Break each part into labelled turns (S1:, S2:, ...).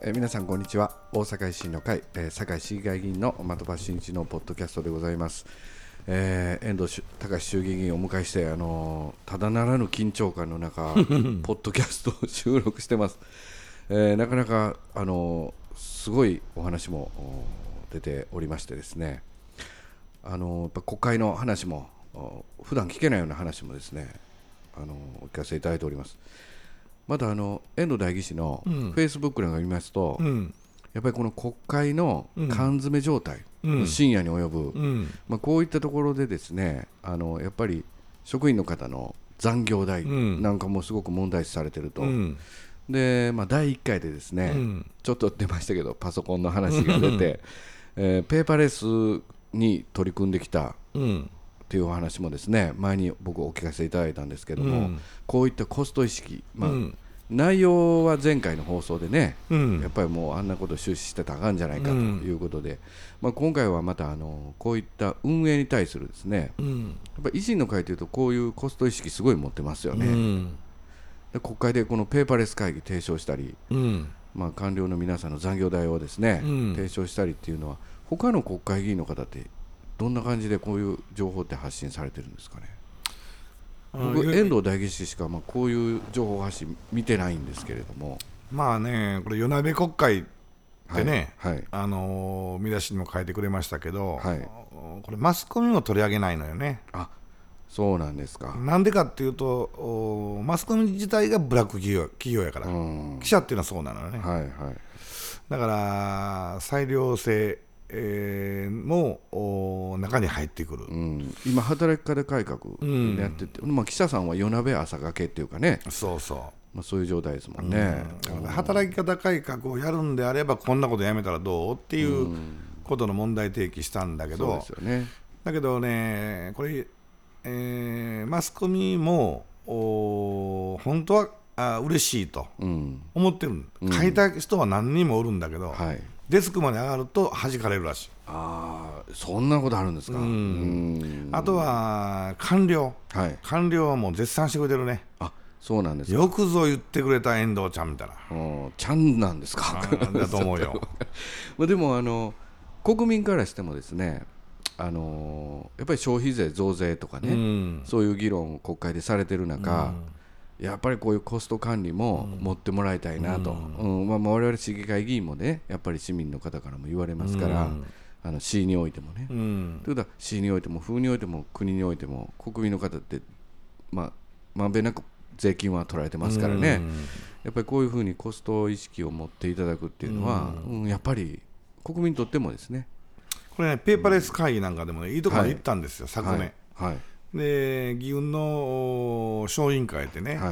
S1: 皆さんこんにちは。大阪維新の会、堺市議会議員の的場真一のポッドキャストでございます。遠藤隆衆議院議員をお迎えして、ただならぬ緊張感の中ポッドキャストを収録してます。なかなかすごいお話も出ておりましてですね、やっぱ国会の話も普段聞けないような話もですね、お聞かせいただいております。また遠藤代議士のフェイスブックなんか見ますと、やっぱりこの国会の缶詰状態、深夜に及ぶ、こういったところでですね、やっぱり職員の方の残業代なんかもすごく問題視されていると、で、第1回でですね、ちょっと出ましたけどパソコンの話が出て、ペーパーレスに取り組んできたっていうお話もですね、前に僕お聞かせいただいたんですけども、こういったコスト意識、内容は前回の放送でね、やっぱりもうあんなこと終始してたらあかんじゃないかということで、今回はまたこういった運営に対するですね、やっぱ維新の会というとこういうコスト意識すごい持ってますよね。で国会でこのペーパーレス会議提唱したり、官僚の皆さんの残業代をですね、提唱したりっていうのは他の国会議員の方ってどんな感じでこういう情報って発信されてるんですかね。僕遠藤代議士しかこういう情報発信見てないんですけれども、
S2: これ夜鍋国会ってね、見出しにも書いてくれましたけど、これマスコミも取り上げないのよね。
S1: あ、そうなんですか。
S2: なんでかっていうと、マスコミ自体がブラック企業やから、記者っていうのはそうなのよね。だから裁量性も中に入ってくる、
S1: 今働き方改革やってて、記者さんは夜鍋朝がけっていうかね、
S2: そう
S1: いう状態ですもんね。
S2: 働き方改革をやるんであればこんなことやめたらどうっていうことの問題提起したんだけど、
S1: そうですよね。
S2: だけどね、これ、マスコミも本当は嬉しいと思ってる、書いた人は何人もおるんだけど、デスクまで上がると弾かれるらしい。
S1: そんなことあるんですか。
S2: あとは官僚はもう絶賛してくれてるね。
S1: そうなんですか。
S2: よくぞ言ってくれた遠藤ちゃんみたいな。
S1: ちゃんなんですか。
S2: だと思うよ。
S1: でも国民からしてもですね、やっぱり消費税増税とかね、そういう議論を国会でされてる中、やっぱりこういうコスト管理も持ってもらいたいなと、我々市議会議員もね、やっぱり市民の方からも言われますから、市においてもね、ということは市においても風においても国においても国民の方ってまんべんなく税金は取られてますからね、やっぱりこういうふうにコスト意識を持っていただくっていうのは、やっぱり国民にとってもですね、
S2: これね、ペーパーレス会議なんかでもね、いいところまで行ったんですよ、昨年。で議運の小委員会でね、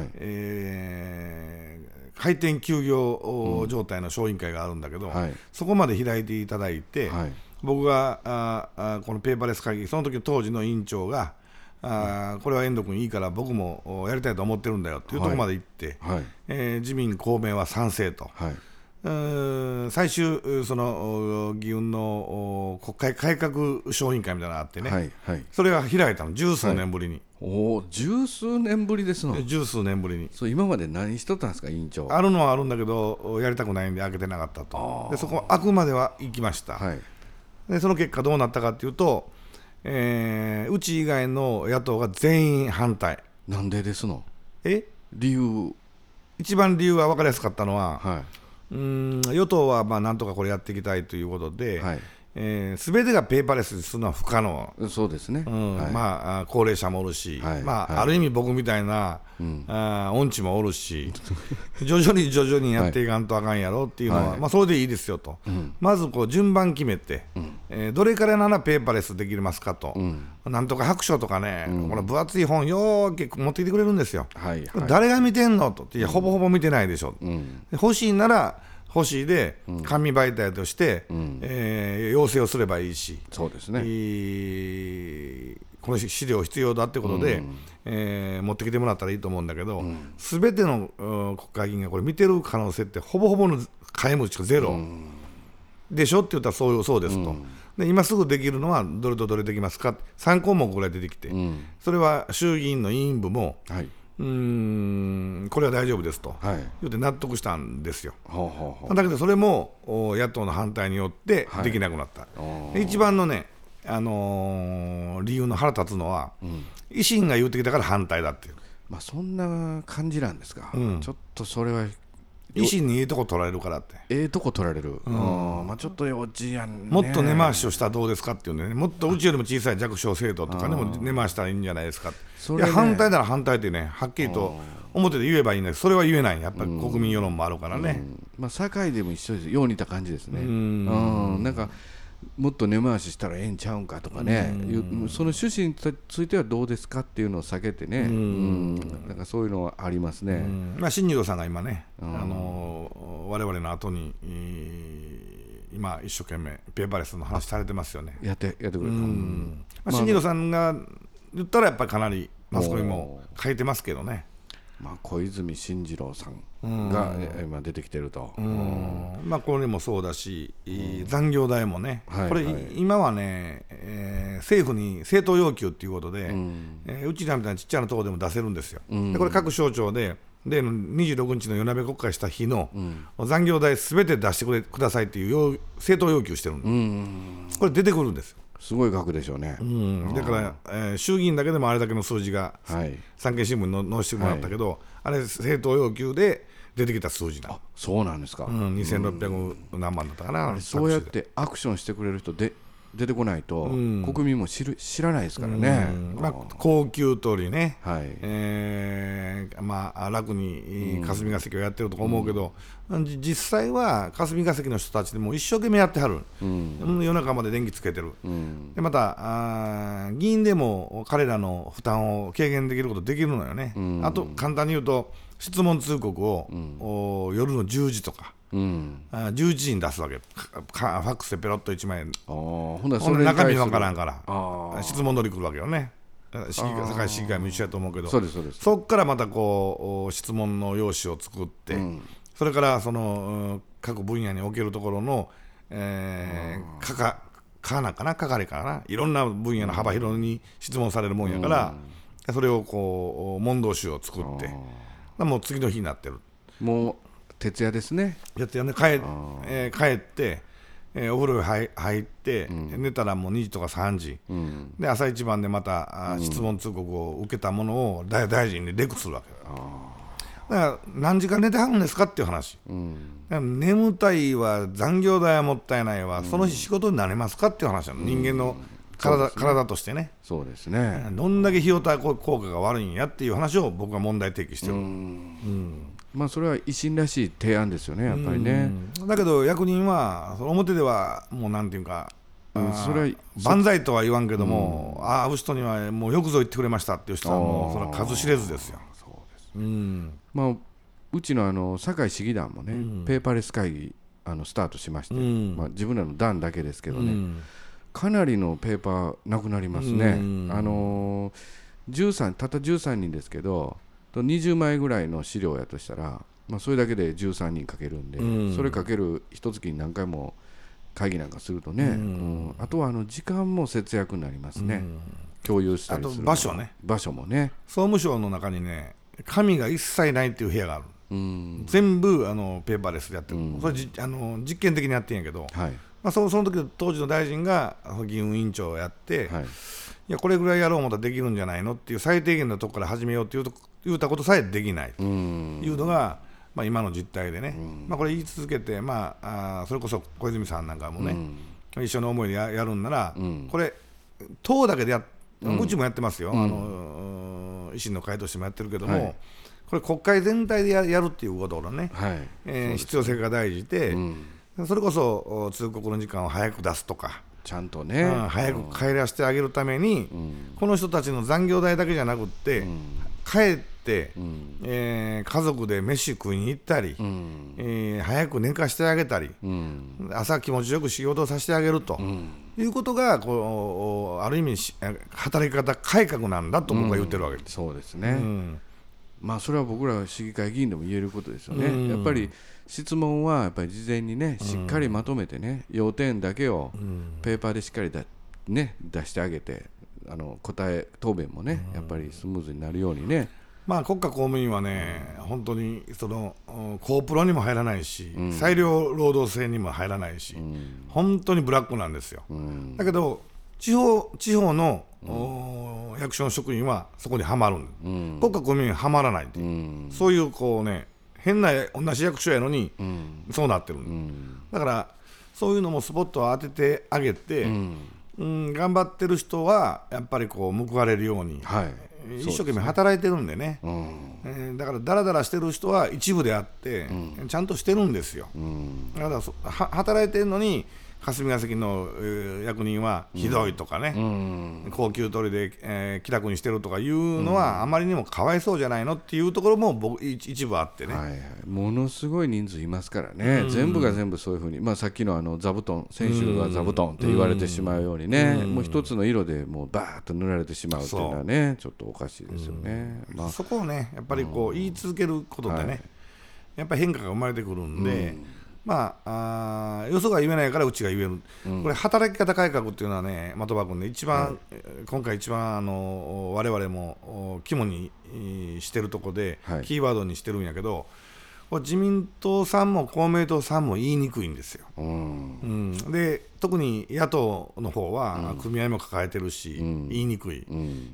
S2: 開店休業状態の小委員会があるんだけど、そこまで開いていただいて、僕がこのペーパーレス会議、その時当時の委員長がこれは遠藤君いいから僕もやりたいと思ってるんだよっていうところまで行って、自民公明は賛成と、最終その議運の国会改革小委員会みたいなのがあってね、それが開いたの十数年ぶりに。
S1: 十数年ぶりですの。
S2: 十数年ぶりに。
S1: 今まで何しとったんですか、委員長。
S2: あるのはあるんだけどやりたくないんで開けてなかったと。でそこ開くまでは行きました。でその結果どうなったかっていうと、うち以外の野党が全員反対。
S1: なんでですの。
S2: 理由、一番理由が分かりやすかったのは、与党はなんとかこれやっていきたいということで、全てがペーパーレスにするのは不可能。
S1: そうですね。
S2: 高齢者もおるし、ある意味僕みたいな音痴もおるし、徐々にやっていかんとあかんやろっていうのは、それでいいですよと。まずこう順番決めて、どれからならペーパーレスできますかと、なんとか白書とかね、この分厚い本よーく持ってきてくれるんですよ。誰が見てんのと、いやほぼほぼ見てないでしょ、欲しいなら欲しいで紙媒体として、要請をすればいいし、
S1: そうですね、
S2: この資料必要だってことで、持ってきてもらったらいいと思うんだけど、すべての国会議員がこれ見てる可能性ってほぼほぼの皆無しかゼロ、でしょって言ったらそうですと。で今すぐできるのはどれとどれできますか、3項目ぐらい出てきて、それは衆議院の委員部も、 これは大丈夫ですと、
S1: はい、
S2: 言って納得したんですよ。だけどそれも野党の反対によってできなくなった、はい、一番のね、理由の腹立つのは、維新が言ってきたから反対だっていう、
S1: そんな感じなんですか、ちょっとそれは
S2: 維新にいいとこ取られるからって、
S1: とこ取られる、ちょっと幼稚やんね。
S2: もっと根回しをしたらどうですかっていうんでね、もっとうちよりも小さい弱小政党とかでも根回したらいいんじゃないですかって、いや反対なら反対ってね、はっきりと表で言えばいいんだけど、それは言えない、やっぱり国民世論もあるからね。
S1: 堺でも一緒ですよう似た感じですね。なんかもっと根回ししたらええんちゃうんかとかね、その趣旨についてはどうですかっていうのを避けてね、なんかそういうのはありますね。
S2: 新入道さんが今ね、我々の後に今一生懸命ペーパーレスの話されてますよね。
S1: やってくれる。
S2: 新入道さんが言ったらやっぱりかなりマスコミも書いてますけどね。
S1: 小泉進次郎さんが今出てきてると、
S2: これもそうだし、残業代もね、これ今はね、政府に政党要求ということで、うちらみたいなちっちゃなところでも出せるんですよ。でこれ各省庁で26日の夜鍋国会した日の残業代すべて出してくださいっていう政党要求してるんです。これ出てくるんですよ。
S1: すごい額でしょうね。
S2: だから、衆議院だけでもあれだけの数字が、産経新聞に載せてもらったけど、あれ政党要求で出てきた数字な。
S1: そうなんですか。
S2: 2600何万だったかな。
S1: そうやってアクションしてくれる人で出てこないと、国民も知らないですからね。
S2: 高給取りね、楽に霞が関をやってるとか思うけど、実際は霞が関の人たちでも一生懸命やってはる、夜中まで電気つけてる、でまた議員でも彼らの負担を軽減できることできるのよね。あと簡単に言うと質問通告を、夜の10時とか11時に出すわけ。ファックスでペロッと1枚、ほんで中身分からんから質問取り来るわけよね。堺市議会も一緒やと思うけど、そこからまたこう質問の用紙を作って、それからその各分野におけるところの係かないろんな分野の幅広に質問されるもんやから、それをこう問答集を作って、もう次の日になってる。
S1: もう徹夜ですね。
S2: やって帰って、お風呂に入って、寝たらもう2時とか3時、で朝一番でまた質問通告を受けたものを大臣にレクするわけだから何時間寝てはるんですかっていう話、眠たいは残業代はもったいないわ、その日仕事になれますかっていう話なの、人間の体としてね。
S1: そうですね。
S2: どんだけ費用対効果が悪いんやっていう話を僕は問題提起してる。
S1: それは維新らしい提案ですよね、やっぱりね。
S2: だけど役人は表ではもうなんていうか、それは万歳とは言わんけども、会う人にはもうよくぞ言ってくれましたっていう人はもうそれは数知れずですよ。
S1: そうです。うちの堺市議団もね、ペーパーレス会議スタートしまして、自分らの団だけですけどね、かなりのペーパーなくなりますね。たった13人ですけど20枚ぐらいの資料やとしたら、それだけで13人かけるんで、それかける一月に何回も会議なんかするとね、あとは時間も節約になりますね。共有したりする。
S2: あと
S1: 場所もね。総
S2: 務省の中にね、紙が一切ないっていう部屋がある。全部ペーパーレスでやってる。それ実験的にやってんやけど、その時当時の大臣が議運委員長をやって、いやこれぐらいやろう思ったらできるんじゃないのっていう最低限のところから始めようって言ったことさえできないというのが、今の実態でね、これ言い続けて、それこそ小泉さんなんかもね、一緒の思いでやるんなら、これ党だけでうちもやってますよ、維新の会としてもやってるけども、これ国会全体でやるっていうことをね、必要性が大事で、それこそ通告の時間を早く出すとか、
S1: ちゃんとね、
S2: 早く帰らせてあげるために、この人たちの残業代だけじゃなくって、帰って、家族で飯食いに行ったり、早く寝かしてあげたり、朝気持ちよく仕事をさせてあげると、いうことがある意味働き方改革なんだと僕は言ってるわけです。
S1: そうですね。それは僕ら市議会議員でも言えることですよね。やっぱり質問はやっぱり事前にね、しっかりまとめてね、要点だけをペーパーでしっかり出してあげて、答弁もね、やっぱりスムーズになるようにね。
S2: まあ、国家公務員はね、本当にその公プロにも入らないし、裁量労働制にも入らないし、本当にブラックなんですよ。だけど地方の、役所の職員はそこにはまる、国家公務員ははまらないっていう、そういうこうね、変な同じ役所やのに、そうなってる、だからそういうのもスポットを当ててあげて、頑張ってる人はやっぱりこう報われるように、一生懸命働いてるんでね、だからだらだらしてる人は一部であって、ちゃんとしてるんですよ。だから働いてるのに霞が関の、役人はひどいとかね、高給取りで、気楽にしてるとかいうのは、あまりにもかわいそうじゃないのっていうところも一部あってね、
S1: ものすごい人数いますからね、全部が全部そういうふうに、さっきの座布団、選手が座布団って言われてしまうようにね、もう一つの色でもうバーッと塗られてしまうっていうのはね、ちょっとおかしいですよね。
S2: そこをね、やっぱりこう言い続けることでね、やっぱり変化が生まれてくるんで、よそが言えないからうちが言える、これ働き方改革っていうのはね、的場君ね、今回一番我々も肝にしてるとこで、キーワードにしてるんやけど、これ自民党さんも公明党さんも言いにくいんですよ。で特に野党の方は組合も抱えてるし、言いにくい、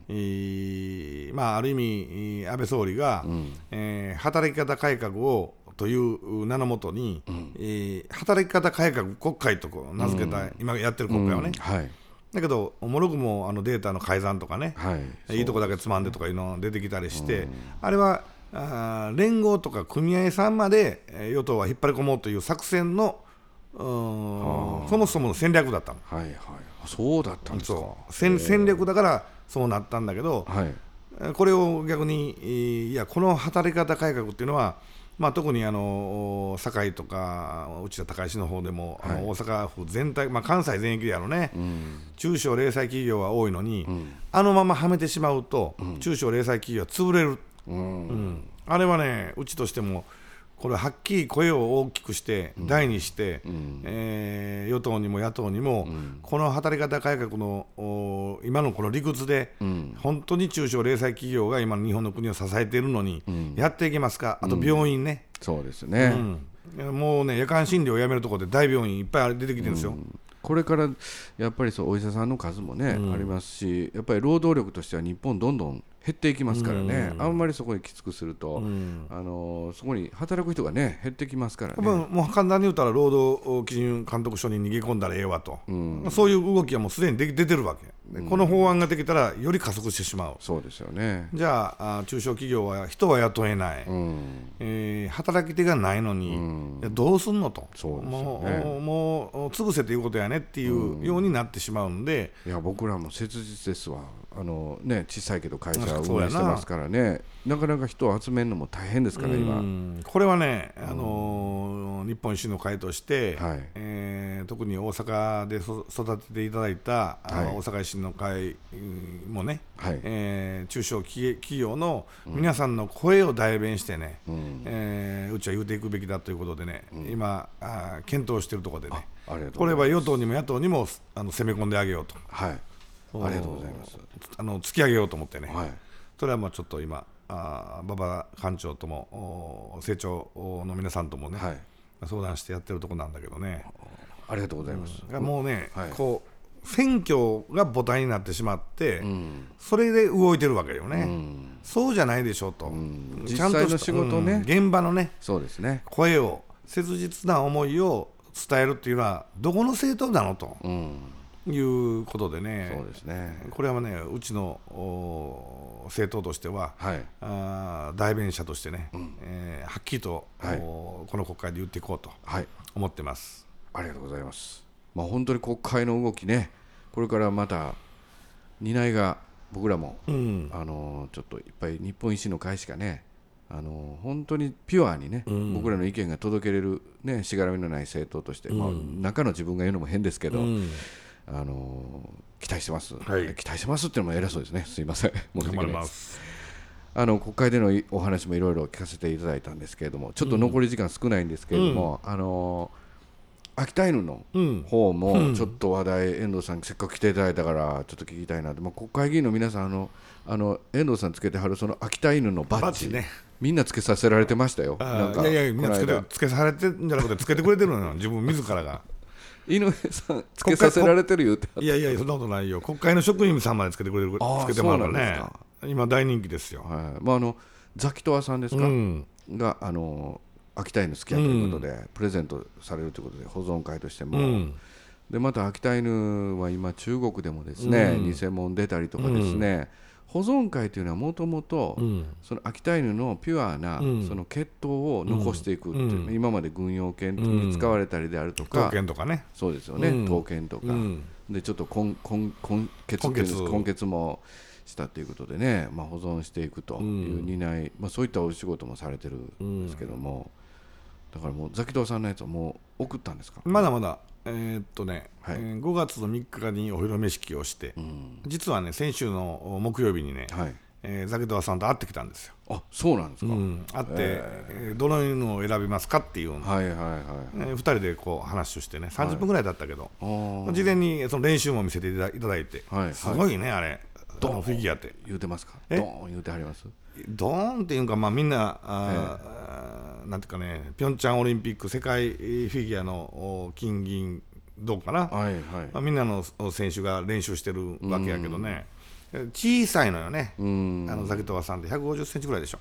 S2: ある意味安倍総理が、働き方改革をという名のもとに、働き方改革国会とこう名付けた、今やってる国会はね、だけどもろくもデータの改ざんとかね、いいとこだけつまんでとかいうの出てきたりして、あれは連合とか組合さんまで与党は引っ張り込もうという作戦のそもそもの戦略だったの。
S1: そうだったんですか。
S2: 戦略だからそうなったんだけど、これを逆にいやこの働き方改革っていうのは、特に堺とかうちの高石の方でも、大阪府全体、関西全域でね、中小零細企業は多いのに、あのままはめてしまうと、中小零細企業は潰れる、あれはね、うちとしてもこれはっきり声を大きくして大にして、与党にも野党にも、この働き方改革の今のこの理屈で、本当に中小零細企業が今の日本の国を支えているのに、やっていけますか。あと病院ね、
S1: そうですね、
S2: もうね、夜間診療をやめるところで大病院いっぱい出てきてるんですよ。
S1: これからやっぱりお医者さんの数もね、ありますし、やっぱり労働力としては日本どんどん減っていきますからね、あんまりそこにきつくすると、そこに働く人がね減ってきますからね。
S2: もう簡単に言ったら労働基準監督署に逃げ込んだらええわと、そういう動きはもうすでに出てるわけで、この法案ができたらより加速してしまう。
S1: そうですよね。
S2: じゃあ中小企業は人は雇えない、働き手がないのに、どうすんのと、もう潰せということやねっていうようになってしまうんで、
S1: いや僕らも切実ですわ。小さいけど会社を運営してますからね、なかなか人を集めるのも大変ですから今。
S2: これはね、日本維新の会として、特に大阪で育てていただいた、大阪維新の会もね、中小企業の皆さんの声を代弁してね、うちは言うていくべきだということでね、今検討しているところでね、これは与党にも野党にも攻め込んであげようと、
S1: ありがとうございます。
S2: 突き上げようと思ってね、それはもうちょっと今馬場幹事長とも政調の皆さんともね、相談してやってるところなんだけどね。
S1: ありがとうございます。
S2: もうね、こう選挙が母体になってしまって、それで動いてるわけよね、そうじゃないでしょうと、
S1: 実際の仕事ね、
S2: 現場のね、
S1: そうですね、
S2: 声を、切実な思いを伝えるっていうのはどこの政党なのと、いうことでね、
S1: そうですね、
S2: これはね、うちの政党としては、代弁者としてね、はっきりと、この国会で言っていこうと思ってます。
S1: ありがとうございます。本当に国会の動きね、これからまた担いが僕らも、ちょっといっぱい日本維新の会しかね、本当にピュアにね、僕らの意見が届けれる、ね、しがらみのない政党として、中の自分が言うのも変ですけど、期待してます、期待してますっていうのも偉そうですね、すいません、
S2: 頑張ります。
S1: 国会でのお話もいろいろ聞かせていただいたんですけれども、ちょっと残り時間少ないんですけれども、 秋田犬の方もちょっと話題、遠藤さんせっかく来ていただいたからちょっと聞きたいなと、国会議員の皆さん遠藤さんつけてはるその秋田犬のバッジね、みんなつけさせられてましたよ。なんか
S2: いやみんなつけされてるんじゃなくてつけてくれてるのよ自分自らが。
S1: 井上さんつけさせられてるよって。
S2: いやそんなことないよ。国会の職員さんまでつけてくれる、つけてもらうからね。今大人気ですよ。
S1: ザキトワさんですか、が秋田犬好きやということで、プレゼントされるということで保存会としても、でまた秋田犬は今中国でもですね、偽物出たりとかですね、保存会というのはもともとその秋田犬のピュアなその血統を残していくっていう、今まで軍用犬に使われたりであるとか、
S2: 刀剣とかね、
S1: そうですよね、刀剣とか、でちょっと根血もしたということでね、保存していくという担い、そういったお仕事もされてるんですけども、だからもうザキトワさんのやつはもう送ったんですか？
S2: まだまだ5月の3日にお披露目式をして、実はね先週の木曜日にね、ザキトワさんと会ってきたんですよ。
S1: あ、そうなんですか。
S2: 会って、どの犬を選びますかっていうのを、2人でこう話をしてね、30分ぐらいだったけど、事前にその練習も見せていただいて、すごいねあれフィギュアって
S1: 言うてますか？ドーン言うてはります？
S2: ドーンっていうか、みんななんていうかね、ピョンチャンオリンピック世界フィギュアの金銀銅かな、みんなの選手が練習してるわけやけどね、小さいのよね、ザキトワさんって150センチぐらいでしょ。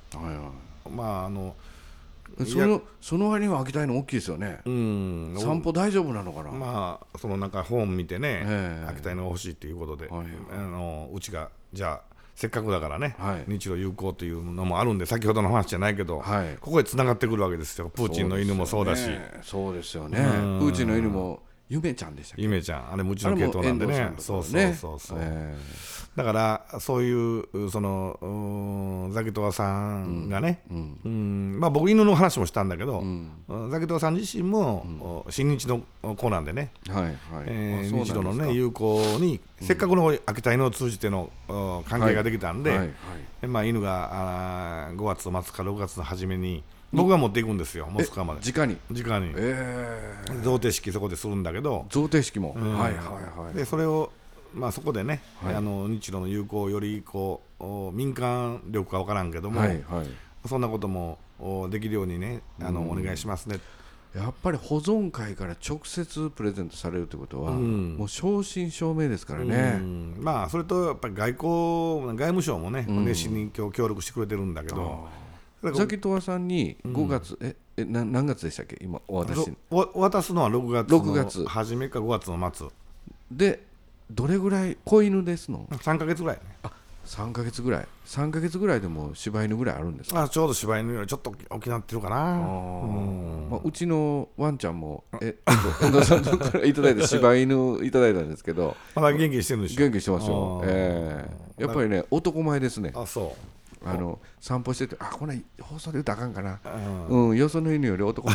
S1: その割には秋田犬大きいですよね。散歩大丈夫なのかな。
S2: そのなんか本見てね、秋田犬が欲しいということで、うちがじゃあせっかくだからね、日露友好というのもあるんで、先ほどの話じゃないけど、ここへつながってくるわけですよ。プーチンの犬もそうだし、
S1: そうですよね。プーチンの犬もゆめちゃんでしたっけ？
S2: ゆめちゃん、あれもうちの系統なんでね。そうだからそういうそのザキトワさんがね、僕犬の話もしたんだけど、ザキトワさん自身も親日の子なんでね、日露のね友好にせっかくの秋田犬を通じての関係ができたんで、犬が5月の末から6月の初めに僕が持っていくんですよ、モスクワまで。直に贈呈式そこでするんだけど、
S1: 贈呈式も、
S2: でそれをそこでね、日露の友好をよりこう民間力か分からんけども、そんなこともできるようにね、お願いしますね。
S1: やっぱり保存会から直接プレゼントされるということは、もう正真正銘ですからね。
S2: それとやっぱり外務省もね、熱心に今日協力してくれてるんだけど、
S1: ザキトワさんに5月、何月でしたっけ今渡
S2: すのは6月の初めか5月の末
S1: で、どれぐらい子犬ですの
S2: ？3ヶ月ぐらいね。
S1: 3ヶ月ぐらい3ヶ月ぐらいでも柴犬ぐらいあるんですか？
S2: ちょうど柴犬よりちょっと大きくなってるかな。
S1: うちのワンちゃんも遠藤さんからいただいて柴犬いただいたんですけど、
S2: まだ元気してるんでしょ？
S1: 元気してますよ。やっぱりね、男前ですね。散歩してて、これ放送で言うとあかんかな、よその犬より男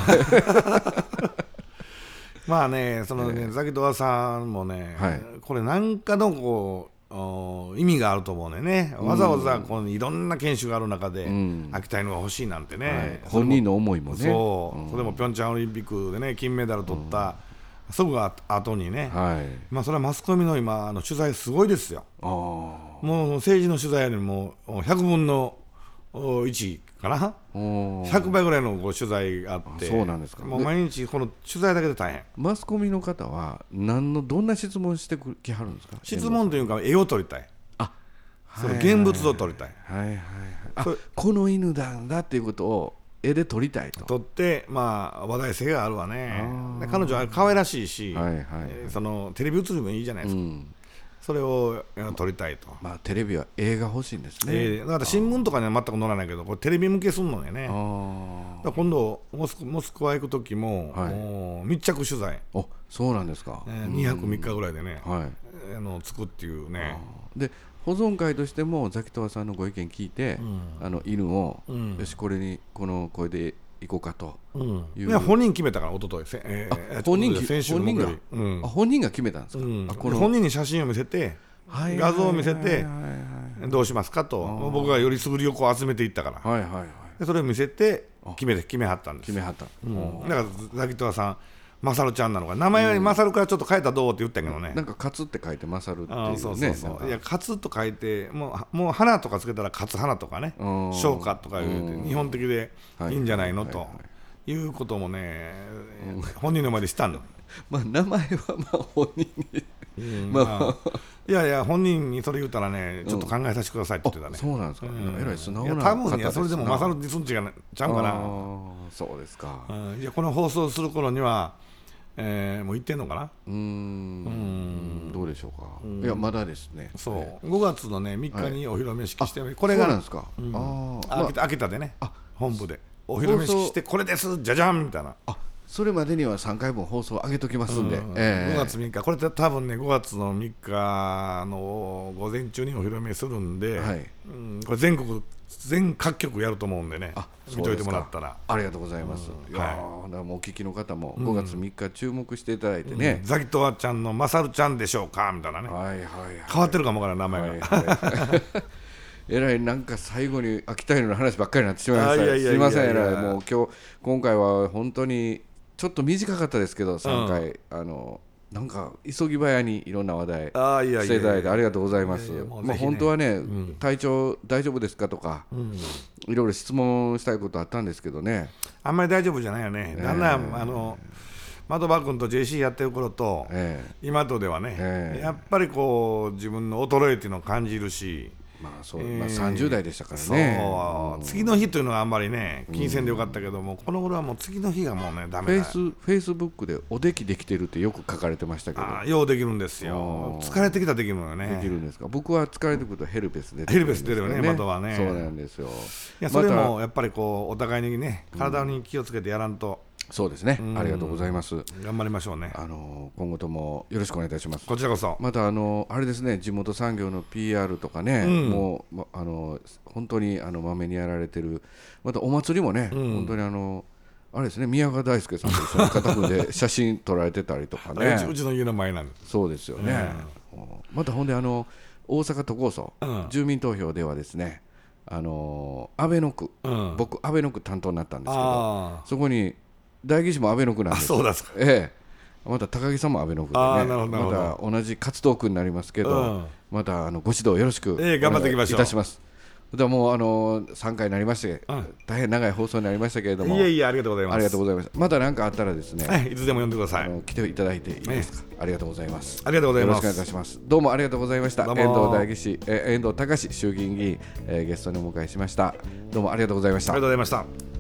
S1: 前
S2: そのね、ザキトワさんもね、これなんかのこう意味があると思うね。わざわざこのいろんな犬種がある中で、秋田犬が欲しいなんてね、
S1: 本人の思いもね。
S2: それもピョンチャンオリンピックでね金メダル取った、すぐ後にね、それはマスコミの今取材すごいですよ。もう政治の取材よりも100分の1かな、100倍ぐらいの取材があって。
S1: そうなんですか。
S2: もう毎日この取材だけで大変。
S1: マスコミの方はどんな質問してきはるんですか？
S2: 質問というか絵を撮りたい。その現物を撮りたい。
S1: この犬なんだっていうことを絵で撮りたいと。
S2: 撮って話題性があるわね。彼女は可愛らしいし、そのテレビ映りもいいじゃないですか。それを撮りたいと。
S1: テレビは映画欲しいんですね。
S2: だから新聞とかには全く載らないけど、これテレビ向けするのよね。今度モスクワ行く時も、密着取材。
S1: そうなんですか。
S2: 2泊3日ぐらいでね、着くっていうね。
S1: で保存会としてもザキトワさんのご意見聞いて、犬を、よしこれで行こうかという。
S2: 本人決めたから一昨日。
S1: 本人が決めたんですか？
S2: 本人に写真を見せて、画像を見せて、どうしますかと、僕がよりすぐりをこう集めていったから、それを見せて決めはったんです。
S1: 決めはった。
S2: だからザキトワさんマサルちゃんなのか、名前よりマサルからちょっと変えたらどうって言ったけどね、
S1: なんかカツって書いてマサルっていうね。
S2: そういやカツと書いてもう花とかつけたらカツ花とかね、昇華とか言うて日本的でいいんじゃないのということもね、本人の前でしたの。
S1: まあ名前はまあ本人に
S2: いや本人にそれ言うたらね、ちょっと考えさせてくださいって言ってたね。
S1: そうなんですか。えらい素直な
S2: 多分いやそれでもマサルにすんちゃうかな。
S1: そうですか。
S2: いやこの放送する頃にはもう行ってんのかな。
S1: どうでしょうか。いやまだですね。
S2: そう5月のね3日にお披露目式して、これが
S1: そうなんですか。
S2: 秋田でね、本部でお披露目式してこれですじゃじゃんみたいな。
S1: それまでには3回分放送上げときますんで、
S2: 5月3日これって多分ね5月の3日の午前中にお披露目するんで、これ全各局やると思うんでね、見といてもらったら
S1: ありがとうございます。いやもうお聞きの方も5月3日注目していただいてね、
S2: ザギトワちゃんのマサルちゃんでしょうかみたいなね、変わってるかもわからない名前が。
S1: えらいなんか最後に秋田犬の話ばっかりになってしまいました。すいません。えらいもう今回は本当にちょっと短かったですけど3回なんか急ぎ早にいろんな話題していただいてありがとうございます。まあ本当はね、体調大丈夫ですかとかいろいろ質問したいことあったんですけどね、
S2: あんまり大丈夫じゃないよね。だんだん的場君と JC やってる頃と今とではね、やっぱりこう自分の衰えっていうのを感じるし、
S1: 30代でしたからね。
S2: 次の日というのはあんまりね金銭でよかったけども、この頃はもう次の日がもうねダメだ。
S1: フェイスブックでおできできてるってよく書かれてましたけど、
S2: ようできるんですよ。疲れてきたらできるのよね。
S1: できるんですか。僕は疲れてくるとヘルペスで
S2: 出るよね、的はね。
S1: そうなんですよ。
S2: いやそれもやっぱりこうお互いにね体に気をつけてやらんと。
S1: そうですね、ありがとうございます。
S2: 頑張りましょうね。
S1: 今後ともよろしくお願いいたします。
S2: こちらこそ。
S1: またあれですね、地元産業の PR とかね、もう本当にまめにやられてる。またお祭りもね、本当にあれですね、宮川大輔さんと一緒に肩組んで写真撮られてたりとかね。
S2: うちの家の前なんです。
S1: そうですよね。またほんで大阪都構想、住民投票ではですね、阿倍野区、僕阿倍野区担当になったんですけど、そこに代議士も阿倍野区なんです。
S2: そうですか。
S1: また高木さんも阿倍野区でね、また同じ活動区になりますけど、またご指導よろしくお願いいたします。ではもう3回になりまして、大変長い放送になりましたけれども、
S2: いやありがとうございます。
S1: ありがとうございました。また何かあったらですね、
S2: いつでも呼んでください。
S1: 来ていただいていいですか。ありがとうございます。
S2: ありがとうございます。
S1: よろしくお願いいたします。どうもありがとうございました。遠藤代議士、遠藤隆衆議院議員、ゲストにお迎えしました。どうもありがとうございました。
S2: ありがとうございました。